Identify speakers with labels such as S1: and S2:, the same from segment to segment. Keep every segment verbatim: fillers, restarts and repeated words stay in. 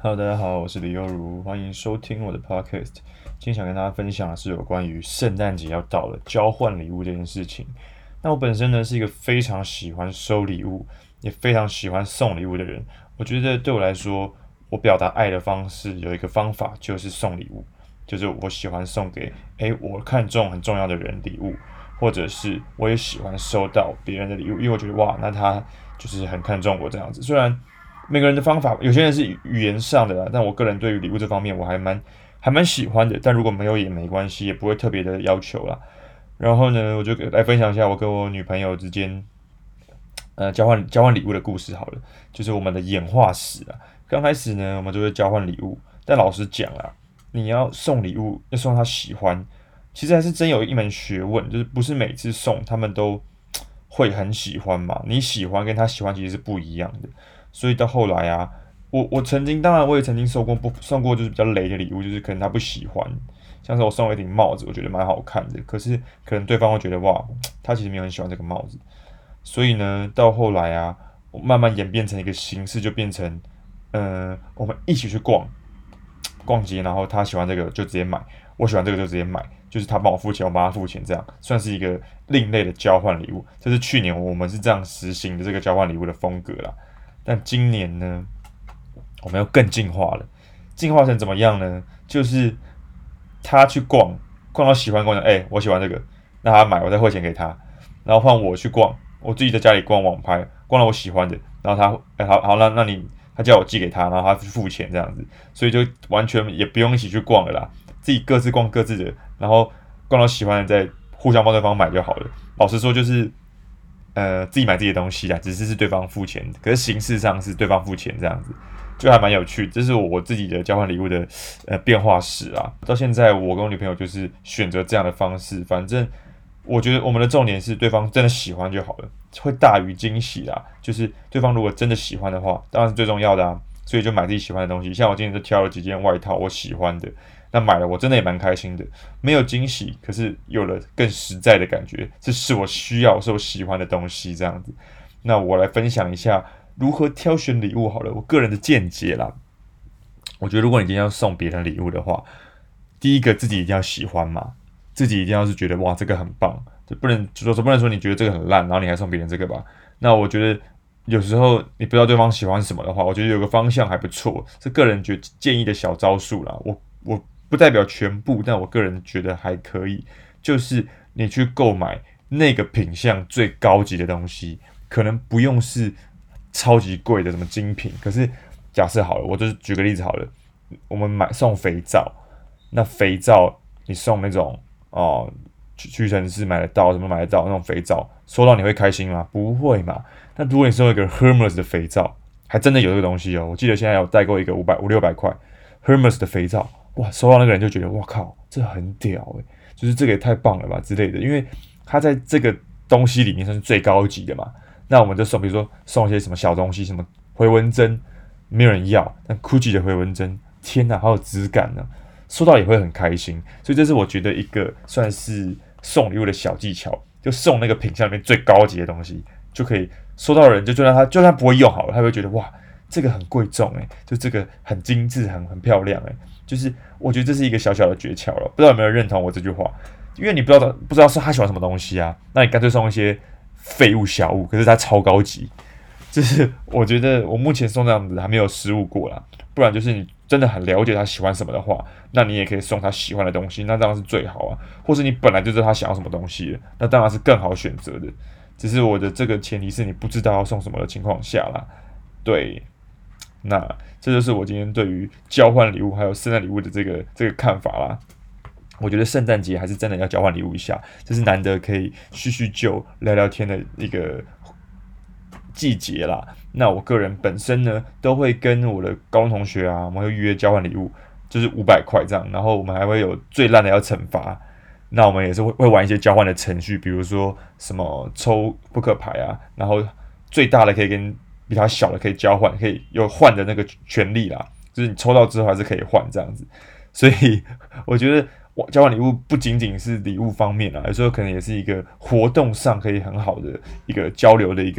S1: Hello，大家好，我是李优如，欢迎收听我的 Podcast。今天想跟大家分享的是有关于圣诞节要到了，交换礼物这件事情。那我本身呢是一个非常喜欢收礼物，也非常喜欢送礼物的人。我觉得对我来说，我表达爱的方式有一个方法，就是送礼物，就是我喜欢送给诶我看中很重要的人礼物，或者是我也喜欢收到别人的礼物，因为我觉得哇，那他就是很看重我这样子。虽然每个人的方法，有些人是语言上的啦，但我个人对于礼物这方面我还蛮还蛮喜欢的。但如果没有也没关系，也不会特别的要求啦。然后呢，我就来分享一下我跟我女朋友之间呃交换交换礼物的故事好了，就是我们的演化史啊。刚开始呢，我们就会交换礼物，但老实讲啊，你要送礼物，要送他喜欢，其实还是真有一门学问，就是不是每次送他们都会很喜欢嘛。你喜欢跟他喜欢其实是不一样的。所以到后来啊，我我曾经，当然我也曾经收过不送过就是比较雷的礼物，就是可能他不喜欢，像是我送了一顶帽子，我觉得蛮好看的，可是可能对方会觉得哇，他其实没有很喜欢这个帽子，所以呢，到后来啊，我慢慢演变成一个形式，就变成，呃，我们一起去逛逛街，然后他喜欢这个就直接买，我喜欢这个就直接买，就是他帮我付钱，我帮他付钱，这样算是一个另类的交换礼物。这是去年我们是这样实行的这个交换礼物的风格啦。但今年呢，我们又更进化了。进化成怎么样呢？就是他去逛，逛到喜欢逛的，哎、欸，我喜欢这个，那他买，我再汇钱给他。然后换我去逛，我自己在家里逛网拍，逛到我喜欢的，然后他，哎、欸，好好，那那你，他叫我寄给他，然后他去付钱这样子，所以就完全也不用一起去逛了啦，自己各自逛各自的，然后逛到喜欢的再互相帮对方买就好了。老实说，就是。呃，自己买自己的东西啦，只是是对方付钱，可是形式上是对方付钱这样子，就还蛮有趣。这是我自己的交换礼物的呃变化史啊。到现在，我跟我女朋友就是选择这样的方式，反正我觉得我们的重点是对方真的喜欢就好了，会大于惊喜啦。就是对方如果真的喜欢的话，当然是最重要的啊。所以就买自己喜欢的东西，像我今天就挑了几件外套，我喜欢的。那买了，我真的也蛮开心的，没有惊喜，可是有了更实在的感觉，这是我需要、是我喜欢的东西，这样子。那我来分享一下如何挑选礼物好了，我个人的见解啦。我觉得如果你今天要送别人礼物的话，第一个自己一定要喜欢嘛，自己一定要是觉得哇这个很棒，就不能就说不能说你觉得这个很烂，然后你还送别人这个吧。那我觉得有时候你不知道对方喜欢什么的话，我觉得有个方向还不错，是个人觉建议的小招数啦。我我不代表全部，但我个人觉得还可以。就是你去购买那个品相最高级的东西，可能不用是超级贵的什么精品，可是假设好了，我就是举个例子好了，我们买送肥皂，那肥皂你送那种哦。屈屈臣氏买得到，什么买得到那种肥皂，收到你会开心吗？不会嘛。那如果你收一个 Hermes 的肥皂，还真的有这个东西哦。我记得现在有代购一个五百五六百块 Hermes 的肥皂，哇，收到那个人就觉得哇靠，这很屌诶，就是这个也太棒了吧之类的，因为它在这个东西里面算是最高级的嘛。那我们就送，比如说送一些什么小东西，什么回纹针，没有人要，但 Gucci 的回纹针，天哪，好有质感呢，收到也会很开心。所以这是我觉得一个算是送礼物的小技巧，就送那个品相里面最高级的东西，就可以收到的人就就算他就算他不会用好了，他会觉得哇，这个很贵重诶，就这个很精致，很很漂亮诶。就是我觉得这是一个小小的诀窍了，不知道有没有人认同我这句话？因为你不知道不知道是他喜欢什么东西啊，那你干脆送一些废物小物，可是它超高级。就是我觉得我目前送这样子还没有失误过啦，不然就是你真的很了解他喜欢什么的话，那你也可以送他喜欢的东西，那当然是最好啊。或是你本来就知道他想要什么东西了，那当然是更好选择的。只是我的这个前提是你不知道要送什么的情况下啦，对。那这就是我今天对于交换礼物还有圣诞礼物的这个这个看法啦。我觉得圣诞节还是真的要交换礼物一下，这是难得可以叙叙旧、聊聊天的一个季节啦。那我个人本身呢，都会跟我的高中同学啊，我们会预约交换礼物，就是五百块这样。然后我们还会有最烂的要惩罚，那我们也是会会玩一些交换的程序，比如说什么抽扑克牌啊，然后最大的可以跟比它小的可以交换，可以有换的那个权利啦，就是你抽到之后还是可以换这样子。所以我觉得交换礼物不仅仅是礼物方面啊，有时候可能也是一个活动上可以很好的一个交流的一个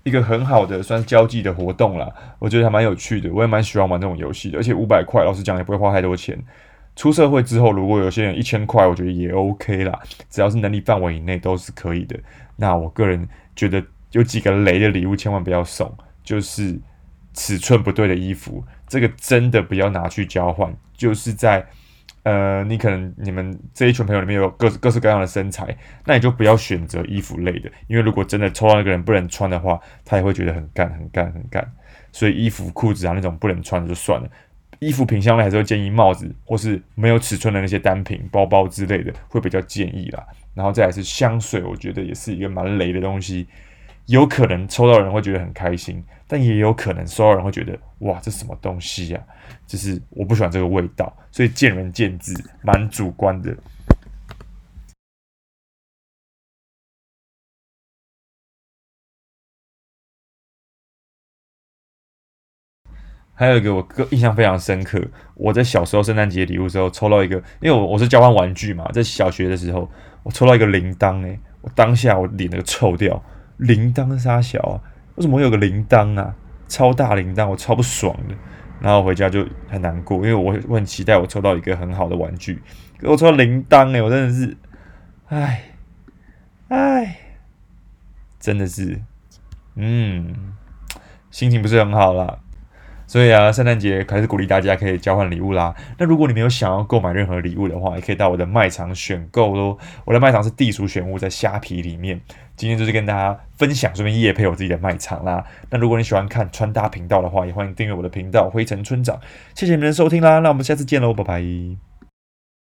S1: 一个很好的算是交际的活动啦，我觉得还蛮有趣的，我也蛮喜欢玩这种游戏的，而且五百块，老实讲也不会花太多钱。出社会之后，如果有些人一千块，我觉得也 OK 啦，只要是能力范围以内都是可以的。那我个人觉得有几个雷的礼物千万不要送，就是尺寸不对的衣服，这个真的不要拿去交换，就是在。呃，你可能你们这一群朋友里面有各各式各样的身材，那你就不要选择衣服类的，因为如果真的抽到那个人不能穿的话，他也会觉得很干很干很干。所以衣服、裤子啊那种不能穿的就算了，衣服品相类还是会建议帽子或是没有尺寸的那些单品、包包之类的会比较建议啦。然后再来是香水，我觉得也是一个蛮雷的东西，有可能抽到的人会觉得很开心，但也有可能收到人会觉得哇这什么东西啊，就是我不喜欢这个味道，所以见仁见智，蛮主观的。还有一个我个印象非常深刻，我在小时候圣诞节礼物的时候抽到一个，因为我我是交换玩具嘛，在小学的时候我抽到一个铃铛诶、欸，我当下我脸那个臭掉，铃铛是啥小啊？为什么会有个铃铛啊？超大铃铛，我超不爽的。然后回家就很难过，因为我我很期待我抽到一个很好的玩具，可我抽到铃铛诶、欸，我真的是，唉唉，真的是，嗯，心情不是很好啦。所以啊，圣诞节还是鼓励大家可以交换礼物啦。那如果你没有想要购买任何礼物的话，也可以到我的卖场选购咯。我的卖场是地鼠选物，在虾皮里面。今天就是跟大家分享，顺便业配我自己的卖场啦。那如果你喜欢看穿搭频道的话，也欢迎订阅我的频道灰尘村长。谢谢你们的收听啦，那我们下次见喽，拜拜。